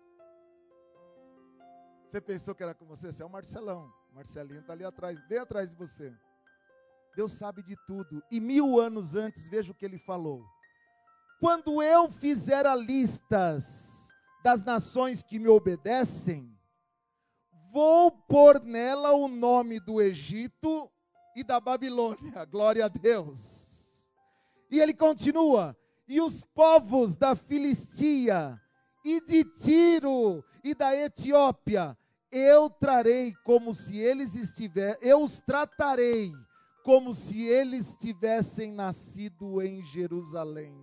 Você pensou que era com você? Você é o Marcelão. O Marcelinho está ali atrás, bem atrás de você. Deus sabe de tudo. E mil anos antes, veja o que ele falou. Quando eu fizer a listas das nações que me obedecem, vou pôr nela o nome do Egito e da Babilônia. Glória a Deus. E ele continua. E os povos da Filistia e de Tiro e da Etiópia, eu trarei como se eles estiver, eu os tratarei como se eles tivessem nascido em Jerusalém.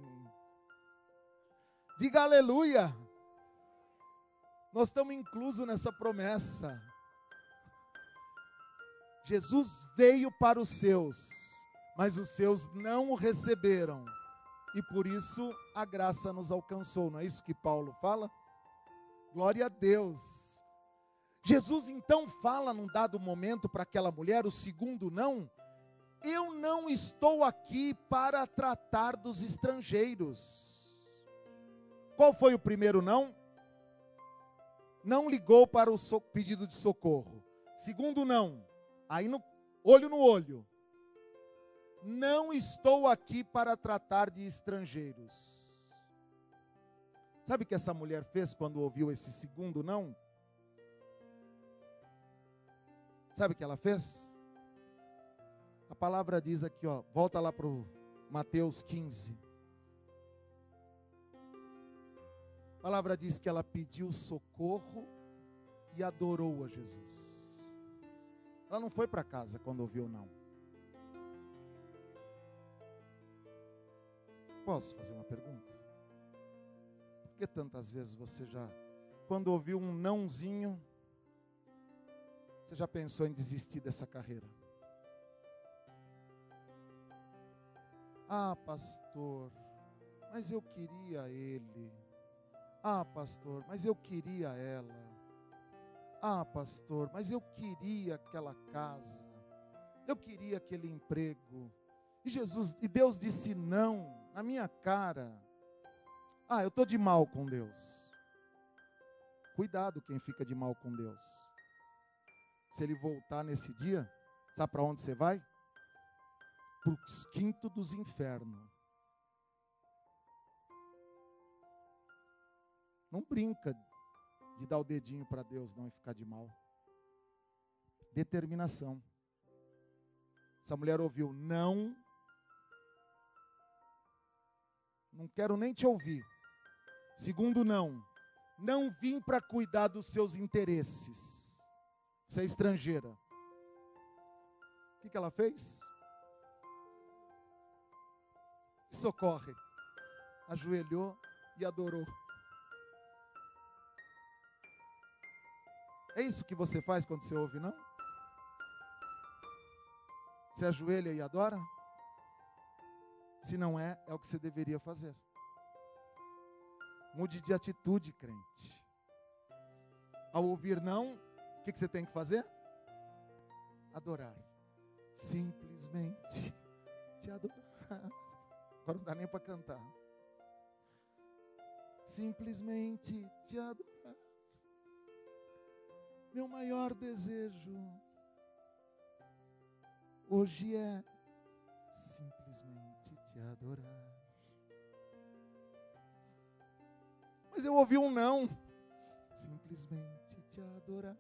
Diga aleluia. Nós estamos inclusos nessa promessa. Jesus veio para os seus, mas os seus não o receberam. E por isso a graça nos alcançou. Não é isso que Paulo fala? Glória a Deus. Jesus então fala num dado momento para aquela mulher, o segundo não. Eu não estou aqui para tratar dos estrangeiros. Qual foi o primeiro não? Não ligou para o so- pedido de socorro. Segundo não, aí no olho no olho. Não estou aqui para tratar de estrangeiros. Sabe o que essa mulher fez quando ouviu esse segundo não? Sabe o que ela fez? A palavra diz aqui, ó, volta lá para o Mateus quinze. A palavra diz que ela pediu socorro e adorou a Jesus. Ela não foi para casa quando ouviu não. Posso fazer uma pergunta? Por que tantas vezes você já, quando ouviu um nãozinho, você já pensou em desistir dessa carreira? Ah, pastor, mas eu queria ele. Ah, pastor, mas eu queria ela. Ah, pastor, mas eu queria aquela casa. Eu queria aquele emprego. E Jesus, e Deus disse não, na minha cara. Ah, eu estou de mal com Deus. Cuidado quem fica de mal com Deus. Se ele voltar nesse dia, sabe para onde você vai? Para os quintos dos infernos. Não brinca de dar o dedinho para Deus não e ficar de mal. Determinação. Essa mulher ouviu não. Não quero nem te ouvir. Segundo não. Não vim para cuidar dos seus interesses. Você é estrangeira. O que, que ela fez? Socorre. Ajoelhou e adorou. É isso que você faz quando você ouve não? Você ajoelha e adora? Se não é, é o que você deveria fazer. Mude de atitude, crente. Ao ouvir não, o que, que você tem que fazer? Adorar. Simplesmente te adorar. Agora não dá nem para cantar. Simplesmente te adorar. Meu maior desejo hoje é simplesmente te adorar. Mas eu ouvi um não. Simplesmente te adorar.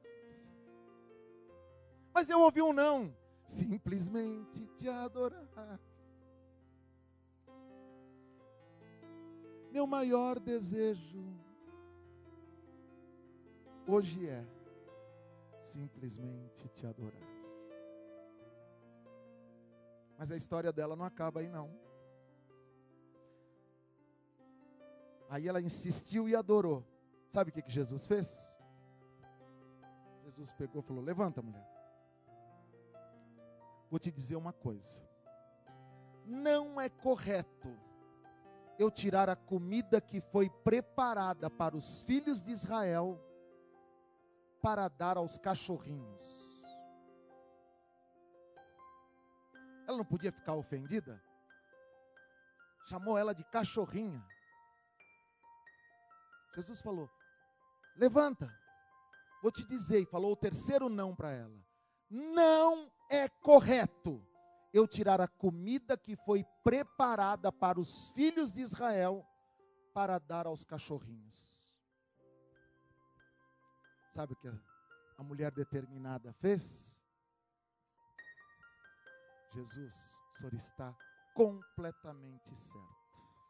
Mas eu ouvi um não. Simplesmente te adorar. Meu maior desejo hoje é simplesmente te adorar. Mas a história dela não acaba aí não. Aí ela insistiu e adorou. Sabe o que, que Jesus fez? Jesus pegou e falou: levanta, mulher. Vou te dizer uma coisa. Não é correto eu tirar a comida que foi preparada para os filhos de Israel para dar aos cachorrinhos. Ela não podia ficar ofendida? Chamou ela de cachorrinha. Jesus falou, levanta, vou te dizer, e falou o terceiro não para ela. Não é correto eu tirar a comida que foi preparada para os filhos de Israel para dar aos cachorrinhos. Sabe o que a mulher determinada fez? Jesus, o Senhor está completamente certo.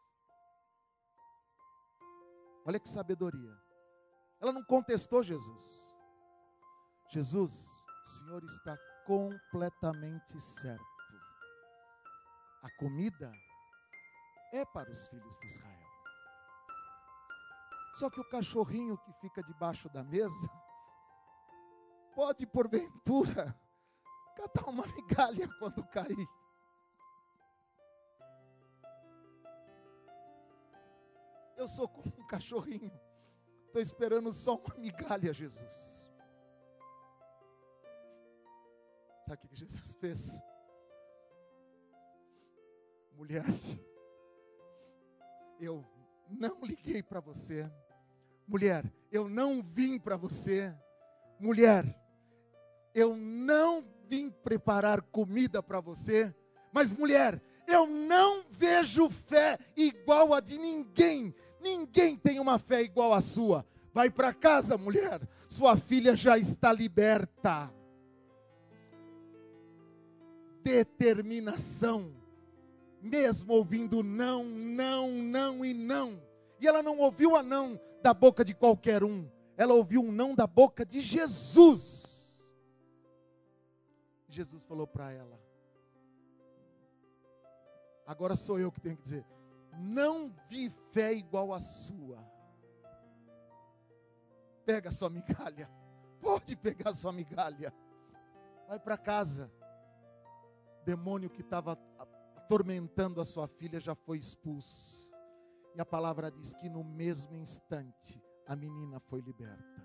Olha que sabedoria. Ela não contestou Jesus. Jesus, o Senhor está completamente certo. A comida é para os filhos de Israel. Só que o cachorrinho que fica debaixo da mesa pode, porventura, catar uma migalha quando cair. Eu sou como um cachorrinho, estou esperando só uma migalha, Jesus. Sabe o que Jesus fez? Mulher, eu não liguei para você. Mulher, eu não vim para você. Mulher, eu não vim preparar comida para você. Mas mulher, eu não vejo fé igual a de ninguém. Ninguém tem uma fé igual a sua. Vai para casa, mulher. Sua filha já está liberta. Determinação. Mesmo ouvindo não, não, não e não. E ela não ouviu a não da boca de qualquer um. Ela ouviu um não da boca de Jesus. Jesus falou para ela. Agora sou eu que tenho que dizer. Não vi fé igual a sua. Pega a sua migalha. Pode pegar a sua migalha. Vai para casa. O demônio que estava atormentando a sua filha já foi expulso. E a palavra diz que no mesmo instante a menina foi liberta.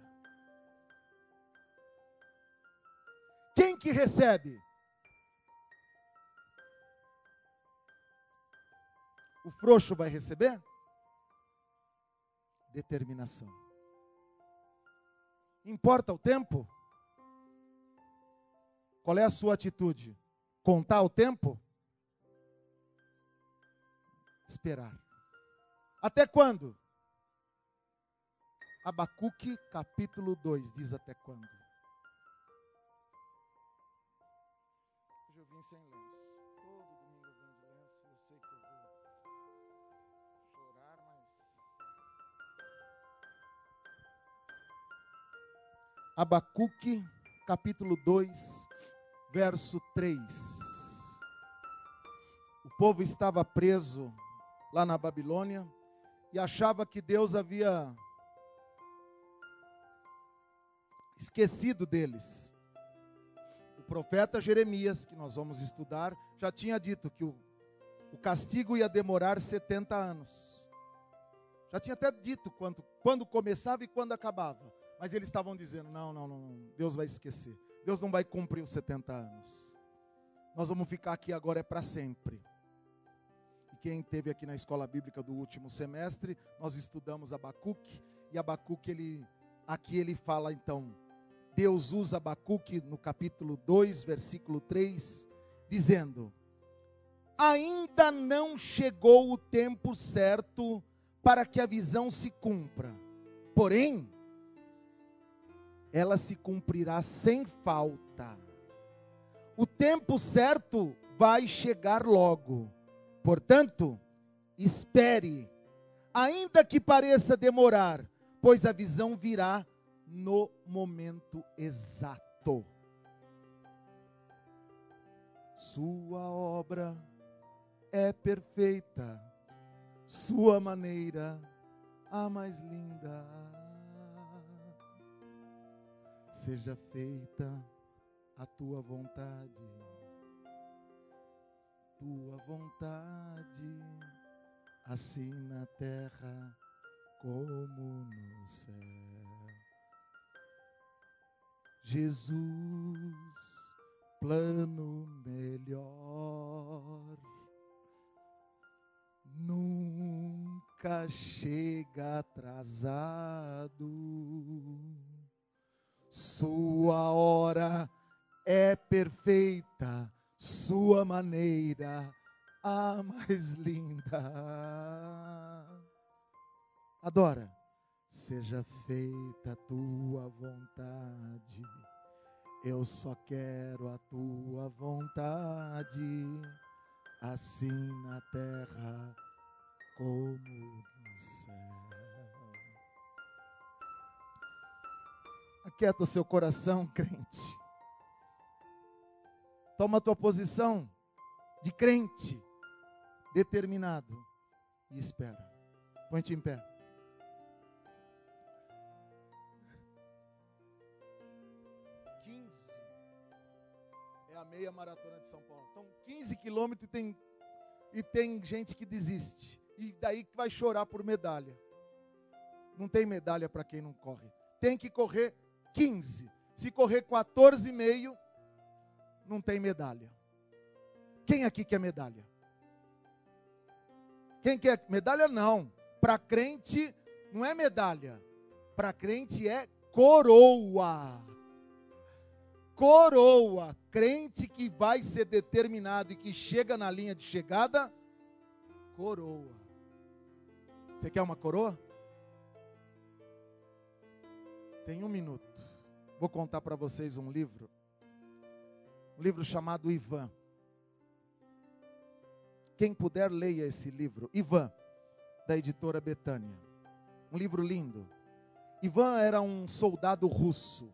Quem que recebe? O frouxo vai receber? Determinação. Importa o tempo? Qual é a sua atitude? Contar o tempo? Esperar. Até quando? Abacuque capítulo dois diz até quando? Hoje eu vim sem lenço. Todo domingo eu venho de lenço. Eu sei que eu vou chorar, mas... Abacuque capítulo dois, verso três. O povo estava preso lá na Babilônia e achava que Deus havia esquecido deles. O profeta Jeremias, que nós vamos estudar, já tinha dito que o, o castigo ia demorar setenta anos. Já tinha até dito quando, quando começava e quando acabava. Mas eles estavam dizendo, não, não, não, Deus vai esquecer. Deus não vai cumprir os setenta anos. Nós vamos ficar aqui agora é para sempre. E quem esteve aqui na escola bíblica do último semestre, nós estudamos Abacuque. E Abacuque, ele, aqui ele fala então, Deus usa Abacuque no capítulo dois, versículo três, dizendo, ainda não chegou o tempo certo para que a visão se cumpra. Porém, ela se cumprirá sem falta. O tempo certo vai chegar logo. Portanto, espere, ainda que pareça demorar, pois a visão virá no momento exato. Sua obra é perfeita, sua maneira a mais linda. Seja feita a tua vontade, tua vontade, assim na terra como no céu. Jesus, plano melhor, nunca nunca chega atrasado. Sua hora é perfeita, sua maneira a mais linda. Adora. Seja feita a tua vontade, eu só quero a tua vontade, assim na terra como no céu. Aquieta o seu coração, crente. Toma a tua posição de crente, determinado, e espera. Põe-te em pé. quinze é a meia maratona de São Paulo. Então, quinze quilômetros e tem, e tem gente que desiste. E daí que vai chorar por medalha. Não tem medalha para quem não corre. Tem que correr quinze. Se correr quatorze e meio, não tem medalha. Quem aqui quer medalha? Quem quer medalha? Não. Para crente não é medalha. Para crente é coroa. Coroa. Crente que vai ser determinado e que chega na linha de chegada, coroa. Você quer uma coroa? Tem um minuto. Vou contar para vocês um livro. Um livro chamado Ivan. Quem puder, leia esse livro. Ivan, da editora Betânia. Um livro lindo. Ivan era um soldado russo.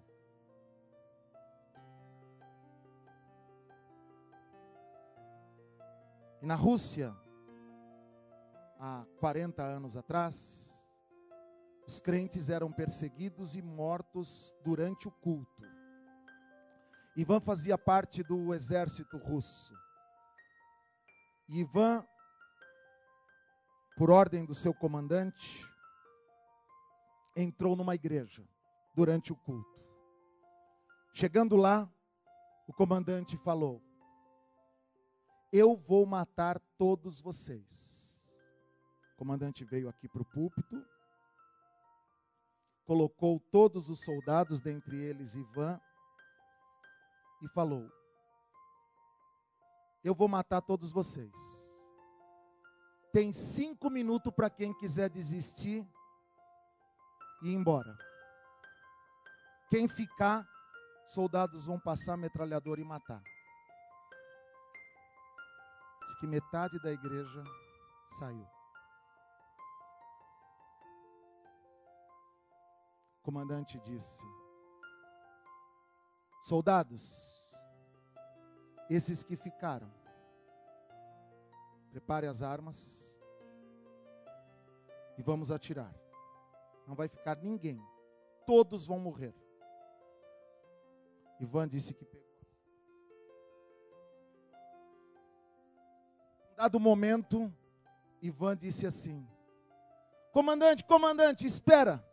E na Rússia, há quarenta anos atrás, os crentes eram perseguidos e mortos durante o culto. Ivan fazia parte do exército russo. E Ivan, por ordem do seu comandante, entrou numa igreja durante o culto. Chegando lá, o comandante falou: eu vou matar todos vocês. O comandante veio aqui para o púlpito, colocou todos os soldados, dentre eles Ivan, e falou: eu vou matar todos vocês. Tem cinco minutos para quem quiser desistir e ir embora. Quem ficar, soldados vão passar metralhadora e matar. Diz que metade da igreja saiu. O comandante disse: soldados, esses que ficaram, prepare as armas e vamos atirar. Não vai ficar ninguém, todos vão morrer. Ivan disse que pegou. Em dado momento, Ivan disse assim: comandante, comandante, espera.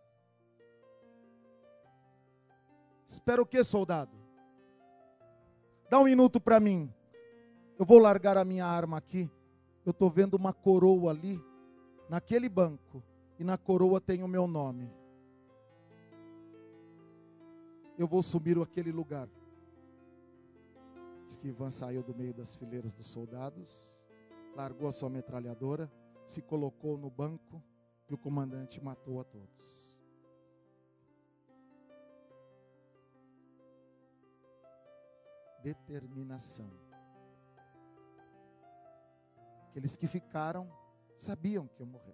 Espera o que, soldado? Dá um minuto para mim. Eu vou largar a minha arma aqui. Eu estou vendo uma coroa ali, naquele banco. E na coroa tem o meu nome. Eu vou subir aquele lugar. Diz que Ivan saiu do meio das fileiras dos soldados, largou a sua metralhadora, se colocou no banco e o comandante matou a todos. Determinação. Aqueles que ficaram sabiam que iam morrer.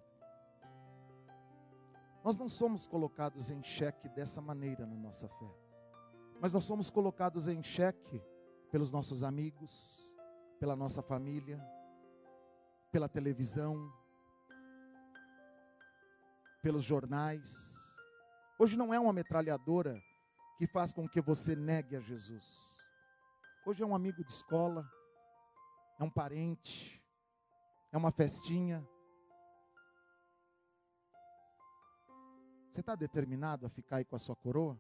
Nós não somos colocados em xeque dessa maneira na nossa fé, mas nós somos colocados em xeque pelos nossos amigos, pela nossa família, pela televisão, pelos jornais. Hoje não é uma metralhadora que faz com que você negue a Jesus. Hoje é um amigo de escola, é um parente, é uma festinha. Você está determinado a ficar aí com a sua coroa?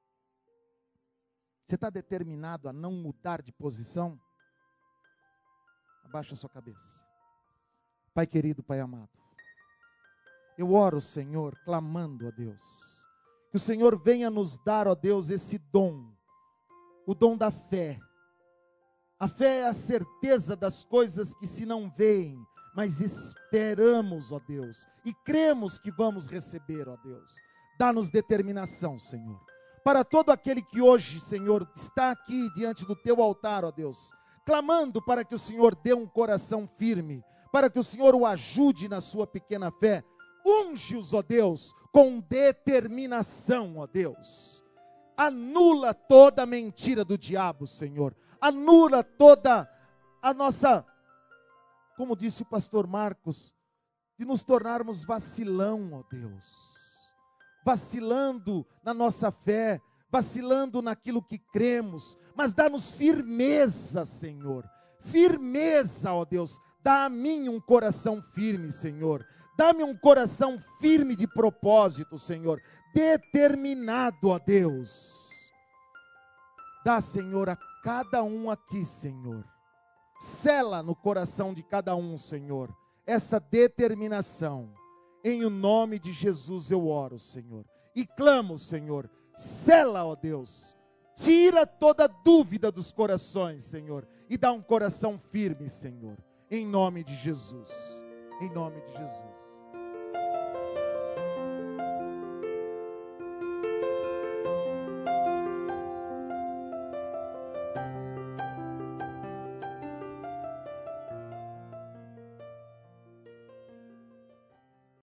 Você está determinado a não mudar de posição? Abaixa a sua cabeça. Pai querido, Pai amado, Eu oro, Senhor, clamando a Deus, que o Senhor venha nos dar, ó Deus, esse dom, o dom da fé. A fé é a certeza das coisas que se não veem, mas esperamos, ó Deus, e cremos que vamos receber, ó Deus. Dá-nos determinação, Senhor. Para todo aquele que hoje, Senhor, está aqui diante do teu altar, ó Deus, clamando para que o Senhor dê um coração firme, para que o Senhor o ajude na sua pequena fé. Unge-os, ó Deus, com determinação, ó Deus. Anula toda a mentira do diabo, Senhor. Anula toda a nossa, como disse o pastor Marcos, de nos tornarmos vacilão, ó Deus. Vacilando na nossa fé, vacilando naquilo que cremos, mas dá-nos firmeza, Senhor. Firmeza, ó Deus. Dá a mim um coração firme, Senhor. Dá-me um coração firme de propósito, Senhor. Determinado, ó Deus. Dá, Senhor, a cada um aqui, Senhor. Sela no coração de cada um, Senhor, essa determinação. Em o nome de Jesus eu oro, Senhor. E clamo, Senhor. Sela, ó Deus. Tira toda dúvida dos corações, Senhor. E dá um coração firme, Senhor. Em nome de Jesus. Em nome de Jesus.